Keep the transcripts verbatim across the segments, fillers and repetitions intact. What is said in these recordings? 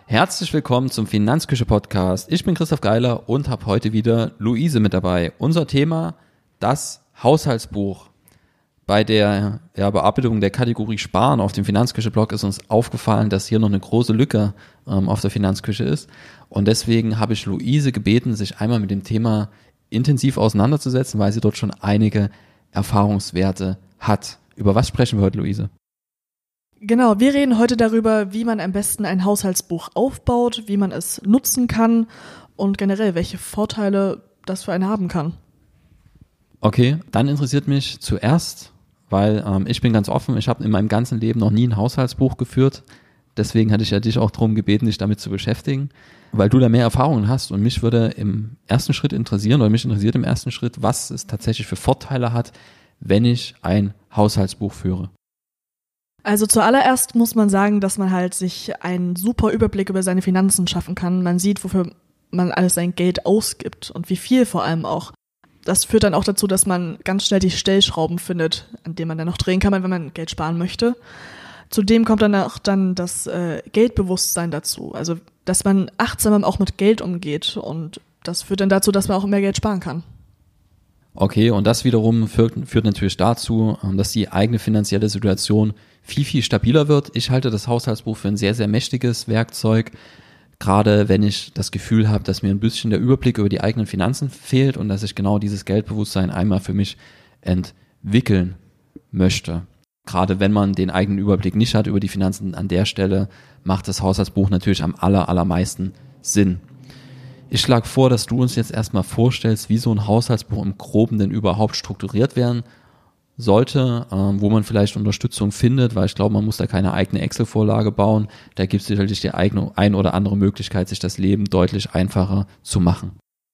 Herzlich willkommen zum Finanzküche-Podcast. Ich bin Christoph Geiler und habe heute wieder Luise mit dabei. Unser Thema, das Haushaltsbuch. Bei der ja, Bearbeitung der Kategorie Sparen auf dem Finanzküche-Blog ist uns aufgefallen, dass hier noch eine große Lücke ähm, auf der Finanzküche ist. Und deswegen habe ich Luise gebeten, sich einmal mit dem Thema intensiv auseinanderzusetzen, weil sie dort schon einige Erfahrungswerte hat. Über was sprechen wir heute, Luise? Genau, wir reden heute darüber, wie man am besten ein Haushaltsbuch aufbaut, wie man es nutzen kann und generell, welche Vorteile das für einen haben kann. Okay, dann interessiert mich zuerst, weil ähm, ich bin ganz offen, ich habe in meinem ganzen Leben noch nie ein Haushaltsbuch geführt. Deswegen hatte ich ja dich auch darum gebeten, dich damit zu beschäftigen, weil du da mehr Erfahrungen hast. Und mich würde im ersten Schritt interessieren, oder mich interessiert im ersten Schritt, was es tatsächlich für Vorteile hat, wenn ich ein Haushaltsbuch führe. Also zuallererst muss man sagen, dass man halt sich einen super Überblick über seine Finanzen schaffen kann. Man sieht, wofür man alles sein Geld ausgibt und wie viel vor allem auch. Das führt dann auch dazu, dass man ganz schnell die Stellschrauben findet, an denen man dann noch drehen kann, wenn man Geld sparen möchte. Zudem kommt dann auch dann das äh, Geldbewusstsein dazu. Also, dass man achtsamer auch mit Geld umgeht und das führt dann dazu, dass man auch mehr Geld sparen kann. Okay, und das wiederum führt, führt natürlich dazu, dass die eigene finanzielle Situation viel, viel stabiler wird. Ich halte das Haushaltsbuch für ein sehr, sehr mächtiges Werkzeug, gerade wenn ich das Gefühl habe, dass mir ein bisschen der Überblick über die eigenen Finanzen fehlt und dass ich genau dieses Geldbewusstsein einmal für mich entwickeln möchte. Gerade wenn man den eigenen Überblick nicht hat über die Finanzen, an der Stelle macht das Haushaltsbuch natürlich am aller, allermeisten Sinn. Ich schlage vor, dass du uns jetzt erstmal vorstellst, wie so ein Haushaltsbuch im Groben denn überhaupt strukturiert werden sollte, ähm, wo man vielleicht Unterstützung findet, weil ich glaube, man muss da keine eigene Excel-Vorlage bauen. Da gibt es sicherlich die eigene, ein oder andere Möglichkeit, sich das Leben deutlich einfacher zu machen.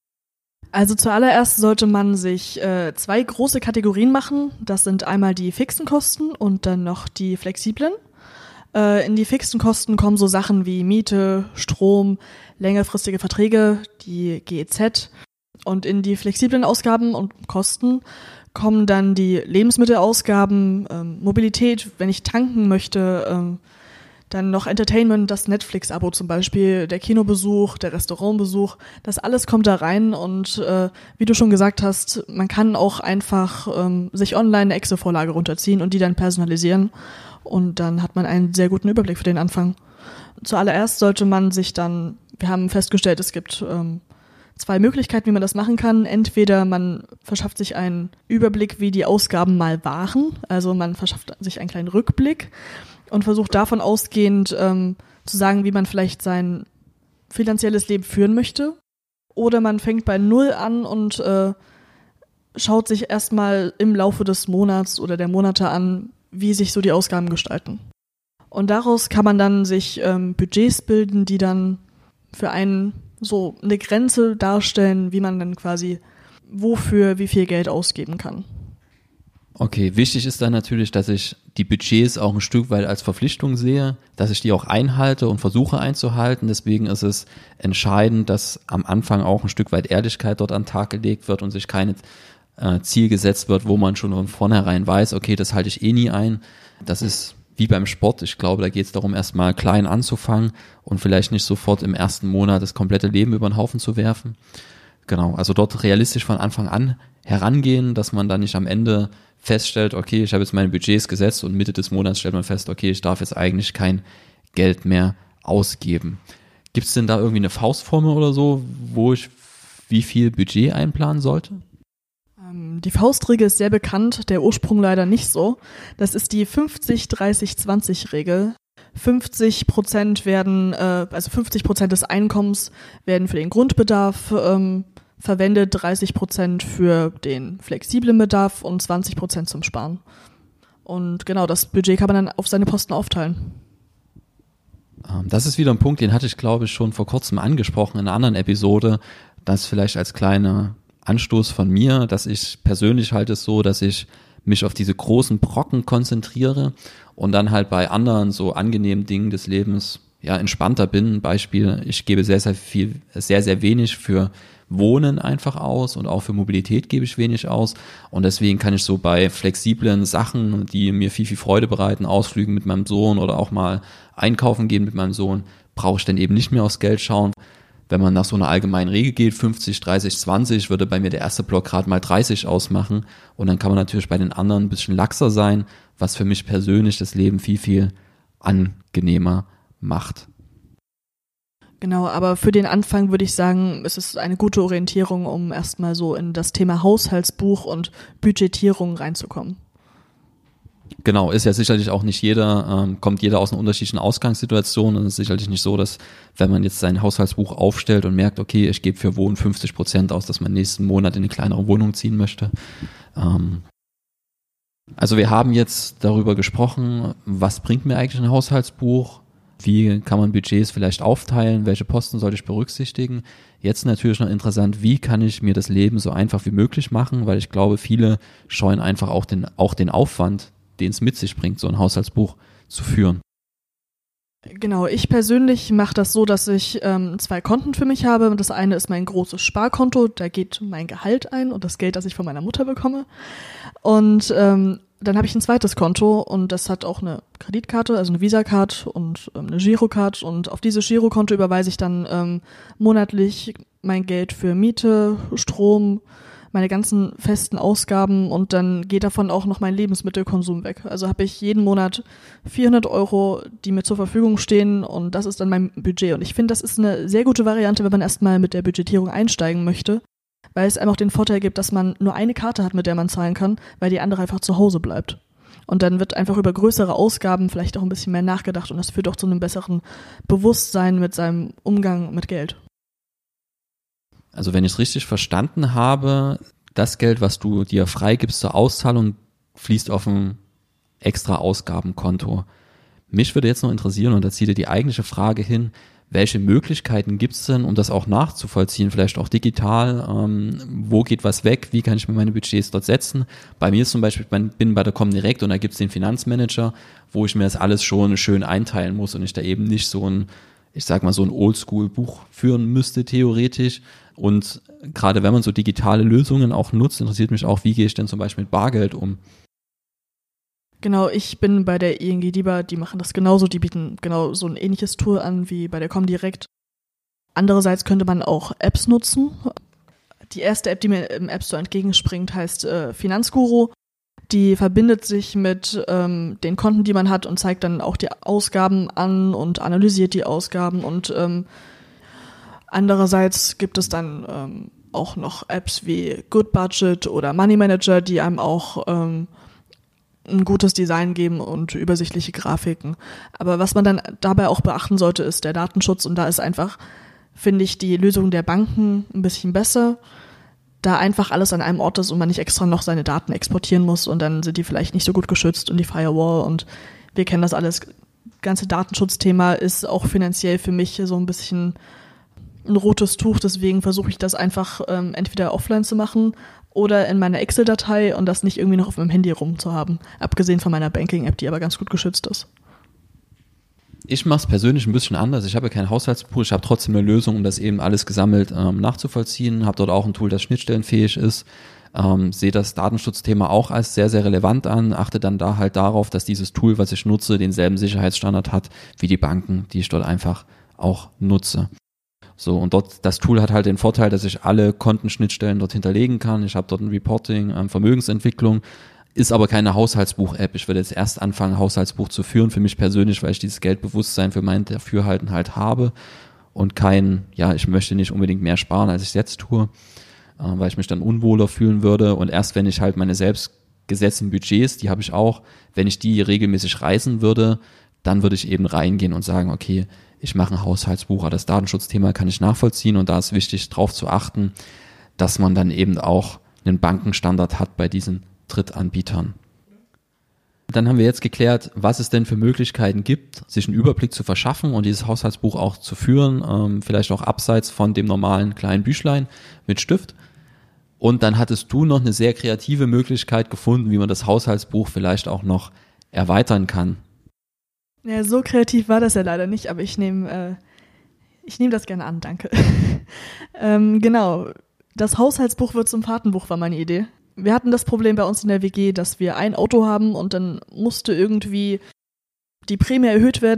Also zuallererst sollte man sich äh, zwei große Kategorien machen. Das sind einmal die fixen Kosten und dann noch die flexiblen. Äh, in die fixen Kosten kommen so Sachen wie Miete, Strom, längerfristige Verträge, die G E Z. Und in die flexiblen Ausgaben und Kosten kommen dann die Lebensmittelausgaben, ähm, Mobilität, wenn ich tanken möchte, ähm, dann noch Entertainment, das Netflix-Abo zum Beispiel, der Kinobesuch, der Restaurantbesuch, das alles kommt da rein und äh, wie du schon gesagt hast, man kann auch einfach ähm, sich online eine Excel-Vorlage runterziehen und die dann personalisieren und dann hat man einen sehr guten Überblick für den Anfang. Zuallererst sollte man sich dann, wir haben festgestellt, es gibt ähm, zwei Möglichkeiten, wie man das machen kann. Entweder man verschafft sich einen Überblick, wie die Ausgaben mal waren, also man verschafft sich einen kleinen Rückblick und versucht davon ausgehend ähm, zu sagen, wie man vielleicht sein finanzielles Leben führen möchte. Oder man fängt bei Null an und äh, schaut sich erstmal im Laufe des Monats oder der Monate an, wie sich so die Ausgaben gestalten. Und daraus kann man dann sich ähm, Budgets bilden, die dann für einen so eine Grenze darstellen, wie man dann quasi wofür wie viel Geld ausgeben kann. Okay, wichtig ist dann natürlich, dass ich die Budgets auch ein Stück weit als Verpflichtung sehe, dass ich die auch einhalte und versuche einzuhalten. Deswegen ist es entscheidend, dass am Anfang auch ein Stück weit Ehrlichkeit dort an den Tag gelegt wird und sich kein äh, Ziel gesetzt wird, wo man schon von vornherein weiß, okay, das halte ich eh nie ein. Das ist wie beim Sport. Ich glaube, da geht es darum, erstmal klein anzufangen und vielleicht nicht sofort im ersten Monat das komplette Leben über den Haufen zu werfen. Genau, also dort realistisch von Anfang an herangehen, dass man dann nicht am Ende feststellt, okay, ich habe jetzt meine Budgets gesetzt und Mitte des Monats stellt man fest, okay, ich darf jetzt eigentlich kein Geld mehr ausgeben. Gibt es denn da irgendwie eine Faustformel oder so, wo ich wie viel Budget einplanen sollte? Die Faustregel ist sehr bekannt, der Ursprung leider nicht so. Das ist die fünfzig dreißig zwanzig Regel. fünfzig Prozent werden, äh, also fünfzig Prozent des Einkommens werden für den Grundbedarf ähm, verwendet, dreißig Prozent für den flexiblen Bedarf und zwanzig Prozent zum Sparen. Und genau, das Budget kann man dann auf seine Posten aufteilen. Das ist wieder ein Punkt, den hatte ich, glaube ich, schon vor kurzem angesprochen in einer anderen Episode. Das vielleicht als kleiner Anstoß von mir, dass ich persönlich halt es so, dass ich mich auf diese großen Brocken konzentriere und dann halt bei anderen so angenehmen Dingen des Lebens ja entspannter bin. Beispiel, ich gebe sehr, sehr viel, sehr, sehr wenig für Wohnen einfach aus und auch für Mobilität gebe ich wenig aus und deswegen kann ich so bei flexiblen Sachen, die mir viel, viel Freude bereiten, Ausflügen mit meinem Sohn oder auch mal einkaufen gehen mit meinem Sohn, brauche ich dann eben nicht mehr aufs Geld schauen. Wenn man nach so einer allgemeinen Regel geht, fünfzig, dreißig, zwanzig, würde bei mir der erste Block gerade mal dreißig ausmachen. Und dann kann man natürlich bei den anderen ein bisschen laxer sein, was für mich persönlich das Leben viel, viel angenehmer macht. Genau, aber für den Anfang würde ich sagen, es ist eine gute Orientierung, um erstmal so in das Thema Haushaltsbuch und Budgetierung reinzukommen. Genau, ist ja sicherlich auch nicht jeder, ähm, kommt jeder aus einer unterschiedlichen Ausgangssituation und es ist sicherlich nicht so, dass wenn man jetzt sein Haushaltsbuch aufstellt und merkt, okay, ich gebe für Wohnen fünfzig Prozent aus, dass man nächsten Monat in eine kleinere Wohnung ziehen möchte. Ähm, also wir haben jetzt darüber gesprochen, was bringt mir eigentlich ein Haushaltsbuch, wie kann man Budgets vielleicht aufteilen, welche Posten sollte ich berücksichtigen. Jetzt natürlich noch interessant, wie kann ich mir das Leben so einfach wie möglich machen, weil ich glaube, viele scheuen einfach auch den, auch den Aufwand, den es mit sich bringt, so ein Haushaltsbuch zu führen. Genau, ich persönlich mache das so, dass ich ähm, zwei Konten für mich habe. Das eine ist mein großes Sparkonto, da geht mein Gehalt ein und das Geld, das ich von meiner Mutter bekomme. Und ähm, dann habe ich ein zweites Konto und das hat auch eine Kreditkarte, also eine Visa-Card und ähm, eine Girocard. Und auf dieses Girokonto überweise ich dann ähm, monatlich mein Geld für Miete, Strom, meine ganzen festen Ausgaben und dann geht davon auch noch mein Lebensmittelkonsum weg. Also habe ich jeden Monat vierhundert Euro, die mir zur Verfügung stehen und das ist dann mein Budget. Und ich finde, das ist eine sehr gute Variante, wenn man erstmal mit der Budgetierung einsteigen möchte, weil es einem auch den Vorteil gibt, dass man nur eine Karte hat, mit der man zahlen kann, weil die andere einfach zu Hause bleibt. Und dann wird einfach über größere Ausgaben vielleicht auch ein bisschen mehr nachgedacht und das führt auch zu einem besseren Bewusstsein mit seinem Umgang mit Geld. Also wenn ich es richtig verstanden habe, das Geld, was du dir freigibst zur Auszahlung, fließt auf ein extra Ausgabenkonto. Mich würde jetzt noch interessieren, und da zieht dir die eigentliche Frage hin, welche Möglichkeiten gibt es denn, um das auch nachzuvollziehen, vielleicht auch digital, ähm, wo geht was weg, wie kann ich mir meine Budgets dort setzen. Bei mir ist zum Beispiel, ich bin bei der Comdirect und da gibt es den Finanzmanager, wo ich mir das alles schon schön einteilen muss und ich da eben nicht so ein, ich sag mal so ein Oldschool-Buch führen müsste theoretisch. Und gerade wenn man so digitale Lösungen auch nutzt, interessiert mich auch, wie gehe ich denn zum Beispiel mit Bargeld um? Genau, ich bin bei der I N G DiBa, die machen das genauso, die bieten genau so ein ähnliches Tool an wie bei der Comdirect. Andererseits könnte man auch Apps nutzen. Die erste App, die mir im App Store entgegenspringt, heißt äh, Finanzguru. Die verbindet sich mit ähm, den Konten, die man hat und zeigt dann auch die Ausgaben an und analysiert die Ausgaben. Und ähm, andererseits gibt es dann ähm, auch noch Apps wie Good Budget oder Money Manager, die einem auch ähm, ein gutes Design geben und übersichtliche Grafiken. Aber was man dann dabei auch beachten sollte, ist der Datenschutz. Und da ist einfach, finde ich, die Lösung der Banken ein bisschen besser, da einfach alles an einem Ort ist und man nicht extra noch seine Daten exportieren muss und dann sind die vielleicht nicht so gut geschützt und die Firewall und wir kennen das alles. Das ganze Datenschutzthema ist auch finanziell für mich so ein bisschen ein rotes Tuch, deswegen versuche ich das einfach ähm, entweder offline zu machen oder in meiner Excel-Datei und das nicht irgendwie noch auf meinem Handy rumzuhaben, abgesehen von meiner Banking-App, die aber ganz gut geschützt ist. Ich mache es persönlich ein bisschen anders. Ich habe ja kein Haushaltsbuch, ich habe trotzdem eine Lösung, um das eben alles gesammelt ähm, nachzuvollziehen. Habe dort auch ein Tool, das schnittstellenfähig ist. Ähm, sehe das Datenschutzthema auch als sehr, sehr relevant an. Achte dann da halt darauf, dass dieses Tool, was ich nutze, denselben Sicherheitsstandard hat wie die Banken, die ich dort einfach auch nutze. So, und dort, das Tool hat halt den Vorteil, dass ich alle Kontenschnittstellen dort hinterlegen kann. Ich habe dort ein Reporting, ähm, Vermögensentwicklung. Ist aber keine Haushaltsbuch-App. Ich würde jetzt erst anfangen, ein Haushaltsbuch zu führen, für mich persönlich, weil ich dieses Geldbewusstsein für mein Dafürhalten halt habe und kein, ja, ich möchte nicht unbedingt mehr sparen, als ich es jetzt tue, äh, weil ich mich dann unwohler fühlen würde. Und erst wenn ich halt meine selbst gesetzten Budgets, die habe ich auch, wenn ich die regelmäßig reißen würde, dann würde ich eben reingehen und sagen, okay, ich mache ein Haushaltsbuch, aber das Datenschutzthema kann ich nachvollziehen und da ist wichtig, darauf zu achten, dass man dann eben auch einen Bankenstandard hat bei diesen Drittanbietern. Dann haben wir jetzt geklärt, was es denn für Möglichkeiten gibt, sich einen Überblick zu verschaffen und dieses Haushaltsbuch auch zu führen, ähm, vielleicht auch abseits von dem normalen kleinen Büchlein mit Stift. Und dann hattest du noch eine sehr kreative Möglichkeit gefunden, wie man das Haushaltsbuch vielleicht auch noch erweitern kann. Ja, so kreativ war das ja leider nicht, aber ich nehme äh, ich nehme das gerne an, danke. ähm, genau, das Haushaltsbuch wird zum Fahrtenbuch, war meine Idee. Wir hatten das Problem bei uns in der W G, dass wir ein Auto haben und dann musste irgendwie die Prämie erhöht werden,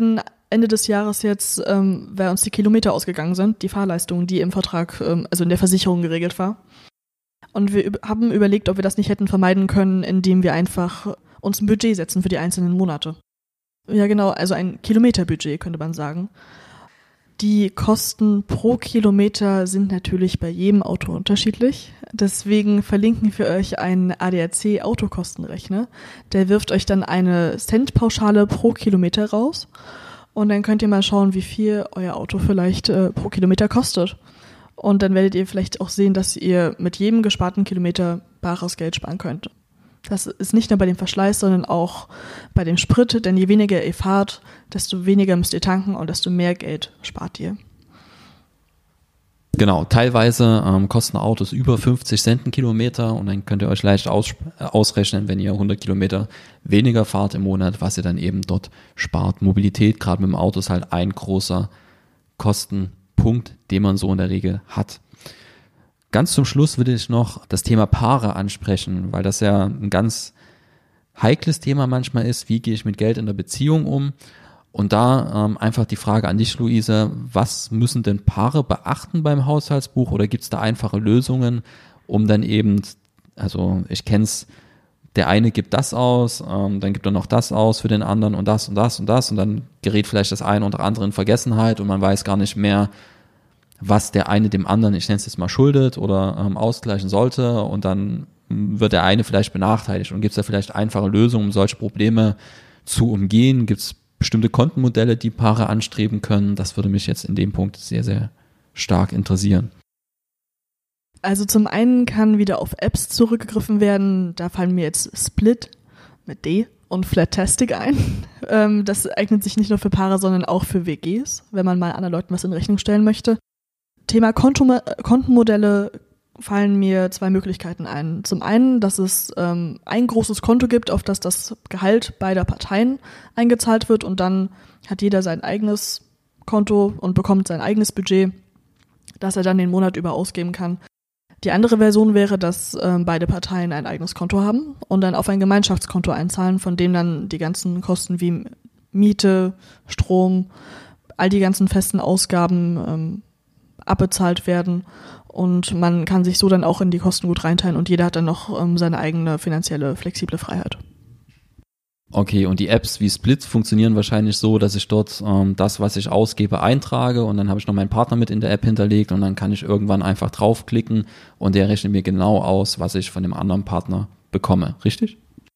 Ende des Jahres jetzt, ähm, weil uns die Kilometer ausgegangen sind, die Fahrleistung, die im Vertrag, ähm, also in der Versicherung geregelt war. Und wir üb- haben überlegt, ob wir das nicht hätten vermeiden können, indem wir einfach uns ein Budget setzen für die einzelnen Monate. Ja genau, also ein Kilometerbudget könnte man sagen. Die Kosten pro Kilometer sind natürlich bei jedem Auto unterschiedlich. Deswegen verlinken wir euch einen A D A C-Autokostenrechner. Der wirft euch dann eine Centpauschale pro Kilometer raus. Und dann könnt ihr mal schauen, wie viel euer Auto vielleicht äh, pro Kilometer kostet. Und dann werdet ihr vielleicht auch sehen, dass ihr mit jedem gesparten Kilometer bares Geld sparen könnt. Das ist nicht nur bei dem Verschleiß, sondern auch bei dem Sprit, denn je weniger ihr fahrt, desto weniger müsst ihr tanken und desto mehr Geld spart ihr. Genau, teilweise ähm, kosten Autos über fünfzig Cent ein Kilometer und dann könnt ihr euch leicht aus, äh, ausrechnen, wenn ihr hundert Kilometer weniger fahrt im Monat, was ihr dann eben dort spart. Mobilität, gerade mit dem Auto, ist halt ein großer Kostenpunkt, den man so in der Regel hat. Ganz zum Schluss würde ich noch das Thema Paare ansprechen, weil das ja ein ganz heikles Thema manchmal ist. Wie gehe ich mit Geld in der Beziehung um? Und da ähm, einfach die Frage an dich, Luise, was müssen denn Paare beachten beim Haushaltsbuch oder gibt es da einfache Lösungen, um dann eben, also ich kenne es, der eine gibt das aus, ähm, dann gibt er noch das aus für den anderen und das und das und das und dann gerät vielleicht das eine oder andere in Vergessenheit und man weiß gar nicht mehr, was der eine dem anderen, ich nenne es jetzt mal, schuldet oder ähm, ausgleichen sollte und dann wird der eine vielleicht benachteiligt. Und gibt es da vielleicht einfache Lösungen, um solche Probleme zu umgehen? Gibt es bestimmte Kontenmodelle, die Paare anstreben können? Das würde mich jetzt in dem Punkt sehr, sehr stark interessieren. Also zum einen kann wieder auf Apps zurückgegriffen werden. Da fallen mir jetzt Split mit D und Flatastic ein. Ähm, das eignet sich nicht nur für Paare, sondern auch für W Gs, wenn man mal anderen Leuten was in Rechnung stellen möchte. Thema Konto, Kontenmodelle fallen mir zwei Möglichkeiten ein. Zum einen, dass es ähm, ein großes Konto gibt, auf das das Gehalt beider Parteien eingezahlt wird und dann hat jeder sein eigenes Konto und bekommt sein eigenes Budget, das er dann den Monat über ausgeben kann. Die andere Version wäre, dass ähm, beide Parteien ein eigenes Konto haben und dann auf ein Gemeinschaftskonto einzahlen, von dem dann die ganzen Kosten wie Miete, Strom, all die ganzen festen Ausgaben ähm, abbezahlt werden und man kann sich so dann auch in die Kosten gut reinteilen und jeder hat dann noch ähm, seine eigene finanzielle, flexible Freiheit. Okay, und die Apps wie Split funktionieren wahrscheinlich so, dass ich dort ähm, das, was ich ausgebe, eintrage und dann habe ich noch meinen Partner mit in der App hinterlegt und dann kann ich irgendwann einfach draufklicken und der rechnet mir genau aus, was ich von dem anderen Partner bekomme, richtig?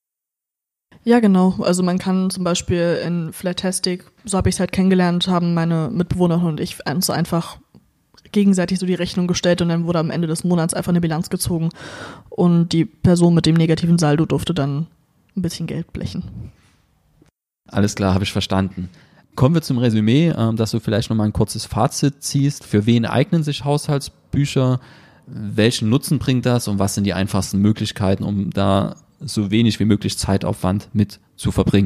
Ja, genau. Also man kann zum Beispiel in Flatastic, so habe ich es halt kennengelernt, haben meine Mitbewohnerin und ich uns einfach gegenseitig so die Rechnung gestellt und dann wurde am Ende des Monats einfach eine Bilanz gezogen und die Person mit dem negativen Saldo durfte dann ein bisschen Geld blechen. Alles klar, habe ich verstanden. Kommen wir zum Resümee, äh, dass du vielleicht nochmal ein kurzes Fazit ziehst. Für wen eignen sich Haushaltsbücher? Welchen Nutzen bringt das und was sind die einfachsten Möglichkeiten, um da so wenig wie möglich Zeitaufwand mit zu verbringen?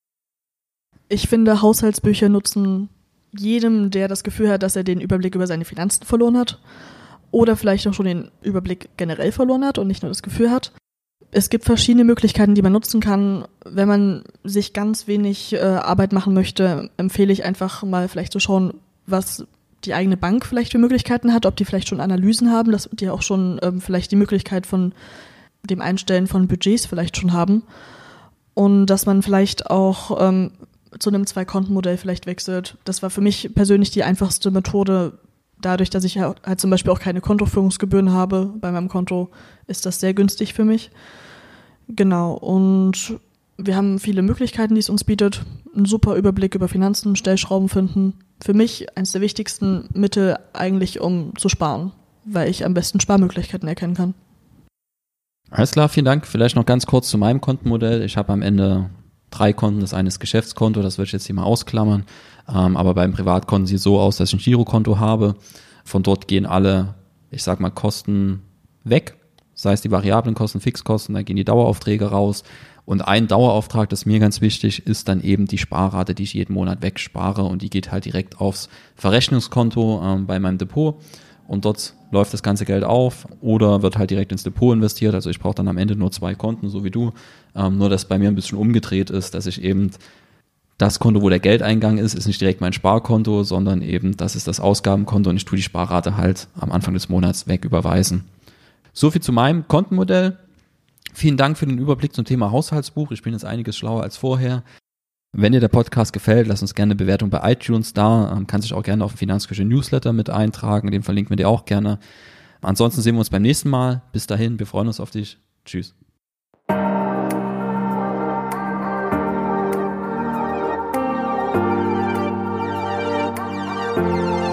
Ich finde, Haushaltsbücher nutzen jedem, der das Gefühl hat, dass er den Überblick über seine Finanzen verloren hat oder vielleicht auch schon den Überblick generell verloren hat und nicht nur das Gefühl hat. Es gibt verschiedene Möglichkeiten, die man nutzen kann. Wenn man sich ganz wenig äh, Arbeit machen möchte, empfehle ich einfach mal vielleicht zu schauen, was die eigene Bank vielleicht für Möglichkeiten hat, ob die vielleicht schon Analysen haben, dass die auch schon ähm, vielleicht die Möglichkeit von dem Einstellen von Budgets vielleicht schon haben und dass man vielleicht auch ähm, zu einem Zwei-Konten-Modell vielleicht wechselt. Das war für mich persönlich die einfachste Methode. Dadurch, dass ich halt zum Beispiel auch keine Kontoführungsgebühren habe bei meinem Konto, ist das sehr günstig für mich. Genau, und wir haben viele Möglichkeiten, die es uns bietet. Einen super Überblick über Finanzen, Stellschrauben finden. Für mich eines der wichtigsten Mittel eigentlich, um zu sparen, weil ich am besten Sparmöglichkeiten erkennen kann. Alles klar, vielen Dank. Vielleicht noch ganz kurz zu meinem Kontenmodell. Ich habe am Ende drei Konten, das eine ist Geschäftskonto, das würde ich jetzt hier mal ausklammern, ähm, aber beim Privatkonto sieht es so aus, dass ich ein Girokonto habe, von dort gehen alle, ich sag mal, Kosten weg, sei es die variablen Kosten, Fixkosten, da gehen die Daueraufträge raus und ein Dauerauftrag, das ist mir ganz wichtig, ist dann eben die Sparrate, die ich jeden Monat wegspare und die geht halt direkt aufs Verrechnungskonto ähm, bei meinem Depot und dort läuft das ganze Geld auf oder wird halt direkt ins Depot investiert. Also ich brauche dann am Ende nur zwei Konten, so wie du. Ähm, nur, dass bei mir ein bisschen umgedreht ist, dass ich eben das Konto, wo der Geldeingang ist, ist nicht direkt mein Sparkonto, sondern eben das ist das Ausgabenkonto und ich tue die Sparrate halt am Anfang des Monats wegüberweisen. So viel zu meinem Kontenmodell. Vielen Dank für den Überblick zum Thema Haushaltsbuch. Ich bin jetzt einiges schlauer als vorher. Wenn dir der Podcast gefällt, lass uns gerne eine Bewertung bei iTunes da. Ähm, kannst dich auch gerne auf den Finanzküche Newsletter mit eintragen. Den verlinken wir dir auch gerne. Ansonsten sehen wir uns beim nächsten Mal. Bis dahin, wir freuen uns auf dich. Tschüss. Thank you.